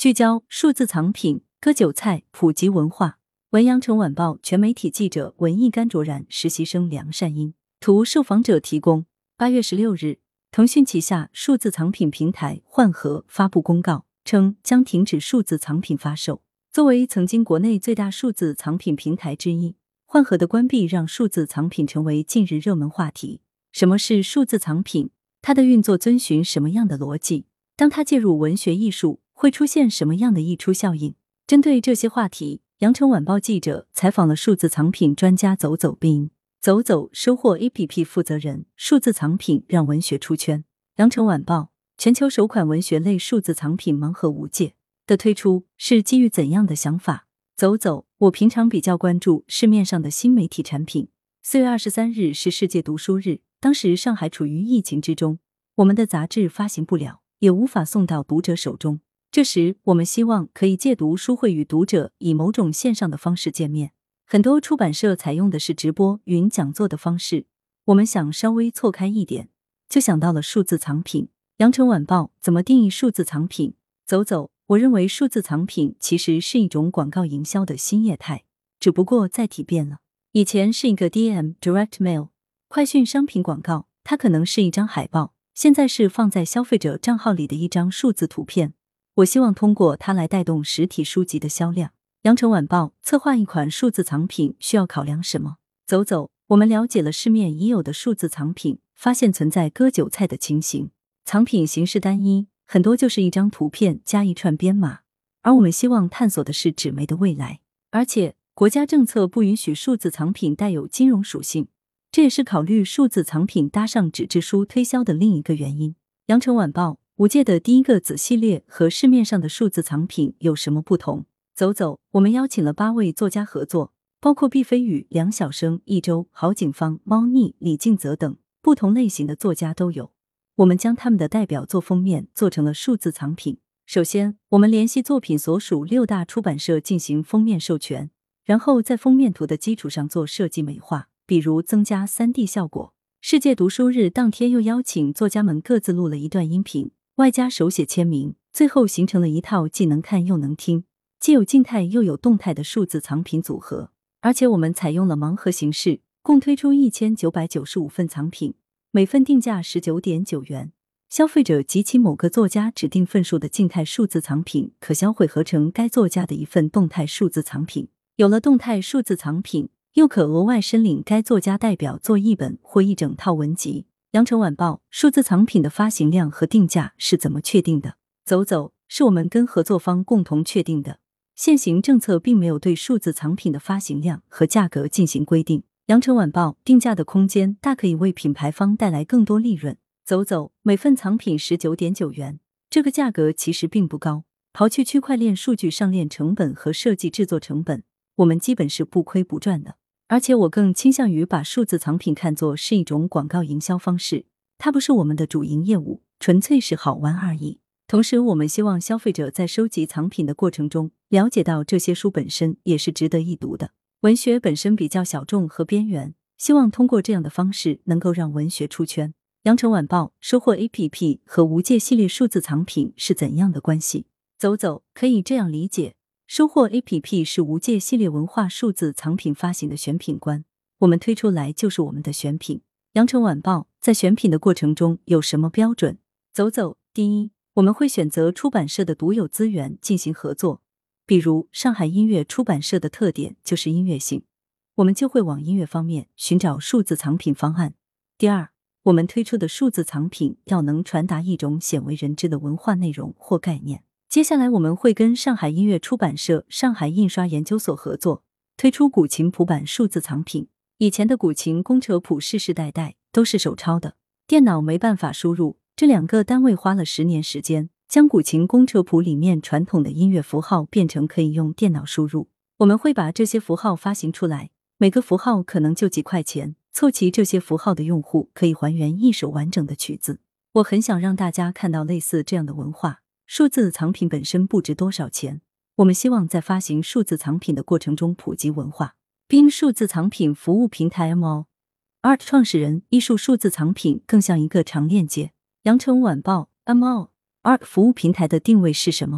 聚焦数字藏品，割韭菜，普及文化。文阳城晚报全媒体记者文艺甘卓然，实习生梁善英。图受访者提供。8月16日，腾讯旗下数字藏品平台幻盒发布公告，称将停止数字藏品发售。作为曾经国内最大数字藏品平台之一，幻盒的关闭让数字藏品成为近日热门话题。什么是数字藏品？它的运作遵循什么样的逻辑？当它介入文学艺术，会出现什么样的溢出效应？针对这些话题，羊城晚报记者采访了数字藏品专家走走并。走走收获 APP 负责人，数字藏品让文学出圈。羊城晚报，全球首款文学类数字藏品盲盒无界的推出是基于怎样的想法？走走，我平常比较关注市面上的新媒体产品。4月23日是世界读书日，当时上海处于疫情之中，我们的杂志发行不了，也无法送到读者手中。这时我们希望可以借读书会与读者以某种线上的方式见面。很多出版社采用的是直播、云讲座的方式，我们想稍微错开一点，就想到了数字藏品。羊城晚报怎么定义数字藏品？走走，我认为数字藏品其实是一种广告营销的新业态，只不过载体变了。以前是一个 DM Direct Mail 快讯商品广告，它可能是一张海报，现在是放在消费者账号里的一张数字图片。我希望通过它来带动实体书籍的销量。羊城晚报策划一款数字藏品需要考量什么？走走，我们了解了市面已有的数字藏品，发现存在割韭菜的情形。藏品形式单一，很多就是一张图片加一串编码，而我们希望探索的是纸媒的未来。而且国家政策不允许数字藏品带有金融属性，这也是考虑数字藏品搭上纸质书推销的另一个原因。羊城晚报无界的第一个子系列和市面上的数字藏品有什么不同？走走，我们邀请了8位作家合作，包括毕飞宇、梁晓声、一周、郝景芳、猫腻、李敬泽等不同类型的作家都有。我们将他们的代表作封面做成了数字藏品。首先，我们联系作品所属6大出版社进行封面授权，然后在封面图的基础上做设计美化，比如增加 3D 效果。世界读书日当天又邀请作家们各自录了一段音频，外加手写签名，最后形成了一套既能看又能听，既有静态又有动态的数字藏品组合。而且我们采用了盲盒形式，共推出1995份藏品，每份定价 19.9 元。消费者集齐某个作家指定份数的静态数字藏品，可销毁合成该作家的一份动态数字藏品。有了动态数字藏品，又可额外申领该作家代表作一本或一整套文集。羊城晚报数字藏品的发行量和定价是怎么确定的？走走，是我们跟合作方共同确定的。现行政策并没有对数字藏品的发行量和价格进行规定。羊城晚报定价的空间大，可以为品牌方带来更多利润。走走，每份藏品 19.9 元，这个价格其实并不高，刨去区块链数据上链成本和设计制作成本，我们基本是不亏不赚的。而且我更倾向于把数字藏品看作是一种广告营销方式，它不是我们的主营业务，纯粹是好玩而已。同时我们希望消费者在收集藏品的过程中了解到这些书本身也是值得一读的。文学本身比较小众和边缘，希望通过这样的方式能够让文学出圈。羊城晚报收获 APP 和无界系列数字藏品是怎样的关系？走走，可以这样理解，收获 APP 是无界系列文化数字藏品发行的选品官，我们推出来就是我们的选品。羊城晚报在选品的过程中有什么标准？走走，第一，我们会选择出版社的独有资源进行合作，比如上海音乐出版社的特点就是音乐性，我们就会往音乐方面寻找数字藏品方案。第二，我们推出的数字藏品要能传达一种鲜为人知的文化内容或概念。接下来我们会跟上海音乐出版社、上海印刷研究所合作，推出古琴谱版数字藏品。以前的古琴工程谱世世代代都是手抄的，电脑没办法输入，这2个单位花了10年时间，将古琴工程谱里面传统的音乐符号变成可以用电脑输入。我们会把这些符号发行出来，每个符号可能就几块钱，凑齐这些符号的用户可以还原一首完整的曲子。我很想让大家看到类似这样的文化。数字藏品本身不值多少钱，我们希望在发行数字藏品的过程中普及文化。并数字藏品服务平台 MO Art 创始人，艺术数字藏品更像一个长链接。羊城晚报 MO Art 服务平台的定位是什么？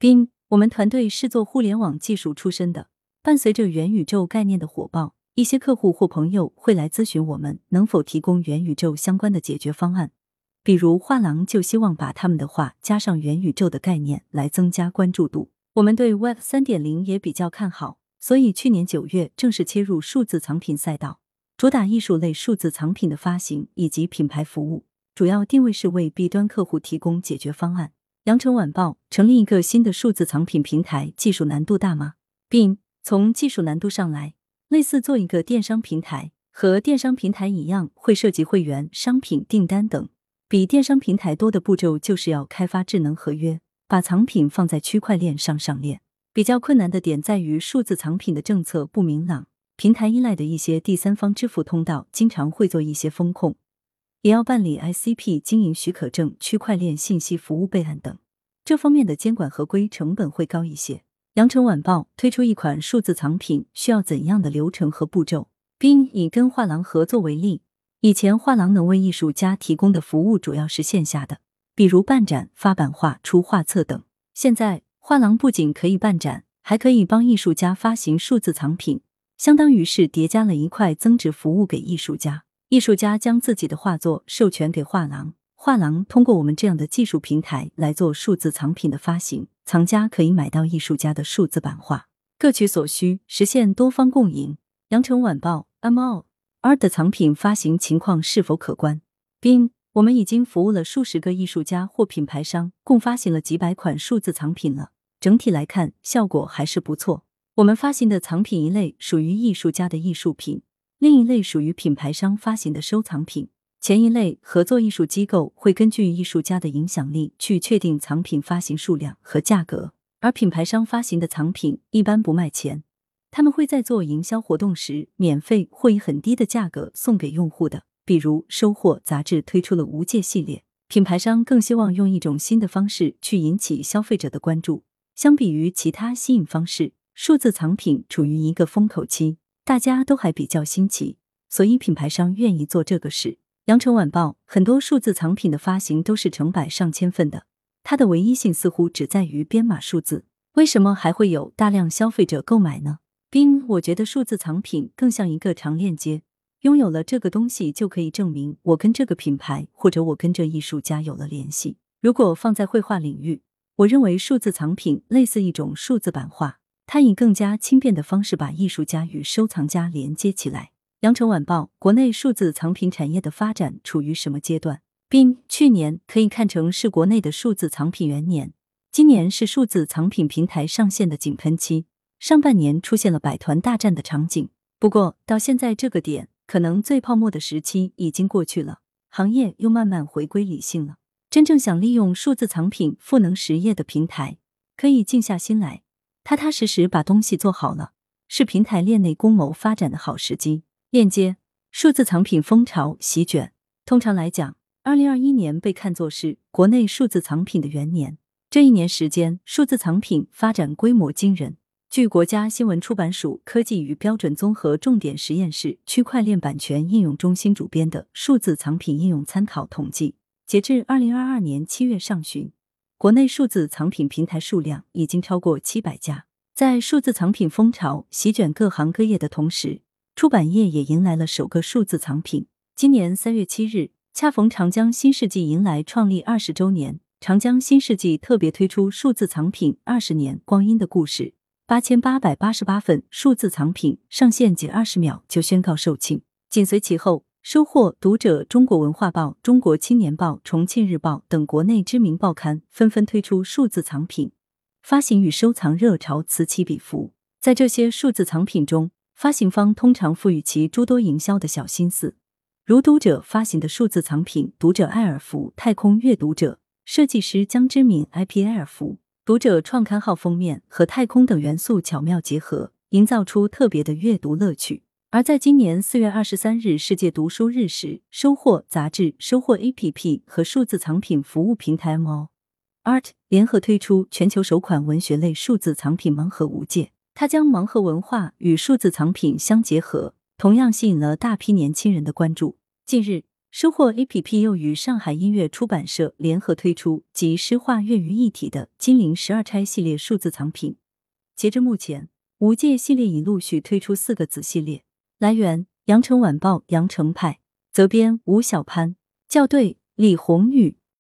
并我们团队是做互联网技术出身的，伴随着元宇宙概念的火爆，一些客户或朋友会来咨询我们能否提供元宇宙相关的解决方案。比如画廊就希望把他们的画加上元宇宙的概念来增加关注度。我们对 Web 3.0 也比较看好，所以去年9月正式切入数字藏品赛道，主打艺术类数字藏品的发行以及品牌服务，主要定位是为 B 端客户提供解决方案。羊城晚报成立一个新的数字藏品平台，技术难度大吗？并从技术难度上来，类似做一个电商平台，和电商平台一样，会涉及会员、商品、订单等。比电商平台多的步骤就是要开发智能合约，把藏品放在区块链上上链。比较困难的点在于数字藏品的政策不明朗，平台依赖的一些第三方支付通道经常会做一些风控，也要办理 ICP 经营许可证、区块链信息服务备案等，这方面的监管合规成本会高一些。羊城晚报推出一款数字藏品需要怎样的流程和步骤，并以跟画廊合作为例。以前画廊能为艺术家提供的服务主要是线下的，比如办展、发版画、出画册等。现在画廊不仅可以办展，还可以帮艺术家发行数字藏品，相当于是叠加了一块增值服务给艺术家。艺术家将自己的画作授权给画廊，画廊通过我们这样的技术平台来做数字藏品的发行，藏家可以买到艺术家的数字版画，各取所需，实现多方共赢。羊城晚报 Art 的藏品发行情况是否可观？并我们已经服务了数十个艺术家或品牌商，共发行了几百款数字藏品了。整体来看，效果还是不错。我们发行的藏品一类属于艺术家的艺术品，另一类属于品牌商发行的收藏品。前一类合作艺术机构会根据艺术家的影响力去确定藏品发行数量和价格，而品牌商发行的藏品一般不卖钱。他们会在做营销活动时免费或以很低的价格送给用户的，比如收获杂志推出了无界系列。品牌商更希望用一种新的方式去引起消费者的关注，相比于其他吸引方式，数字藏品处于一个风口期，大家都还比较新奇，所以品牌商愿意做这个事。羊城晚报很多数字藏品的发行都是成百上千份的，它的唯一性似乎只在于编码数字，为什么还会有大量消费者购买呢？并我觉得数字藏品更像一个长链接，拥有了这个东西就可以证明我跟这个品牌或者我跟这艺术家有了联系。如果放在绘画领域，我认为数字藏品类似一种数字版画，它以更加轻便的方式把艺术家与收藏家连接起来。羊城晚报国内数字藏品产业的发展处于什么阶段？并去年可以看成是国内的数字藏品元年，今年是数字藏品平台上线的井喷期，上半年出现了百团大战的场景。不过到现在这个点，可能最泡沫的时期已经过去了，行业又慢慢回归理性了。真正想利用数字藏品赋能实业的平台，可以静下心来，踏踏实实把东西做好了，是平台链内共谋发展的好时机。链接数字藏品风潮席卷。通常来讲，2021年被看作是国内数字藏品的元年，这一年时间，数字藏品发展规模惊人。据国家新闻出版署科技与标准综合重点实验室区块链版权应用中心主编的数字藏品应用参考统计，截至2022年7月上旬，国内数字藏品平台数量已经超过700家。在数字藏品风潮席卷各行各业的同时，出版业也迎来了首个数字藏品。今年3月7日，恰逢长江新世纪迎来创立20周年，长江新世纪特别推出数字藏品20年光阴的故事，8888份数字藏品上线仅20秒就宣告售罄。紧随其后，收获、读者、中国文化报、中国青年报、重庆日报等国内知名报刊纷纷推出数字藏品，发行与收藏热潮此起彼伏。在这些数字藏品中，发行方通常赋予其诸多营销的小心思，如读者发行的数字藏品读者艾尔福太空阅读者，设计师将知名 IP 艾尔福读者创刊号封面和太空等元素巧妙结合，营造出特别的阅读乐趣。而在今年4月23日世界读书日时，收获杂志、收获 APP 和数字藏品服务平台 Art 联合推出全球首款文学类数字藏品盲盒无界。它将盲盒文化与数字藏品相结合，同样吸引了大批年轻人的关注。近日， 收获 APP 又与上海音乐出版社联合推出集诗画粤语一体的金陵12钗系列数字藏品。截至目前，无界系列已陆续推出4个子系列。来源：羊城晚报羊城派，责编吴小潘，校对：李红宇。